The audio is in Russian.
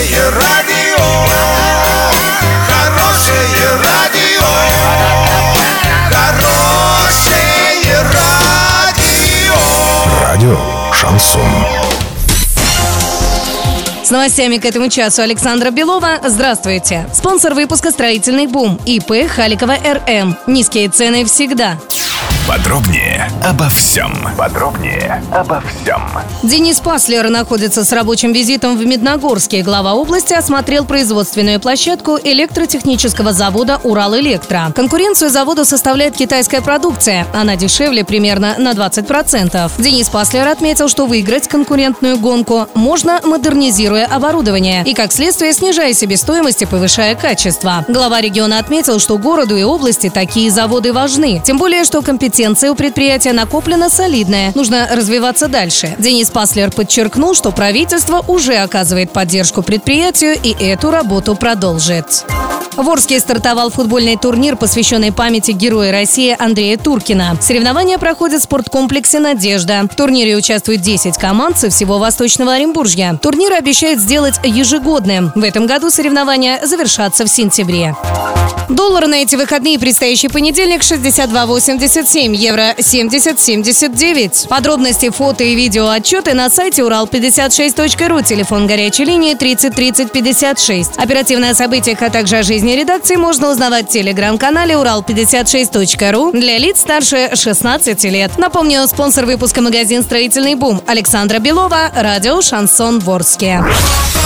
Хорошее радио, хорошее радио, хорошее радио. Радио «Шансон». С новостями к этому часу Александра Белова. Здравствуйте. Спонсор выпуска «Строительный бум» ИП Халикова РМ. Низкие цены всегда. Подробнее обо всем. Денис Паслер находится с рабочим визитом в Медногорске. Глава области осмотрел производственную площадку электротехнического завода «Уралэлектро». Конкуренцию заводу составляет китайская продукция. Она дешевле примерно на 20%. Денис Паслер отметил, что выиграть конкурентную гонку можно, модернизируя оборудование и, как следствие, снижая себестоимость и повышая качество. Глава региона отметил, что городу и области такие заводы важны. Тем более, что компетенция у предприятия накоплена солидная. Нужно развиваться дальше. Денис Паслер подчеркнул, что правительство уже оказывает поддержку предприятию и эту работу продолжит. В Орске стартовал футбольный турнир, посвященный памяти Героя России Андрея Туркина. Соревнования проходят в спорткомплексе «Надежда». В турнире участвуют 10 команд со всего Восточного Оренбуржья. Турнир обещают сделать ежегодным. В этом году соревнования завершатся в сентябре. Доллар на эти выходные и предстоящий понедельник 62.87, евро 70.79. Подробности, фото и видео отчеты на сайте урал56.ру, телефон горячей линии 30 30 56. Оперативно о событиях, а также о жизни редакции можно узнавать в телеграм-канале урал56.ру для лиц старше 16 лет. Напомню, спонсор выпуска магазин «Строительный бум». Александра Белова, радио «Шансон» в Орске.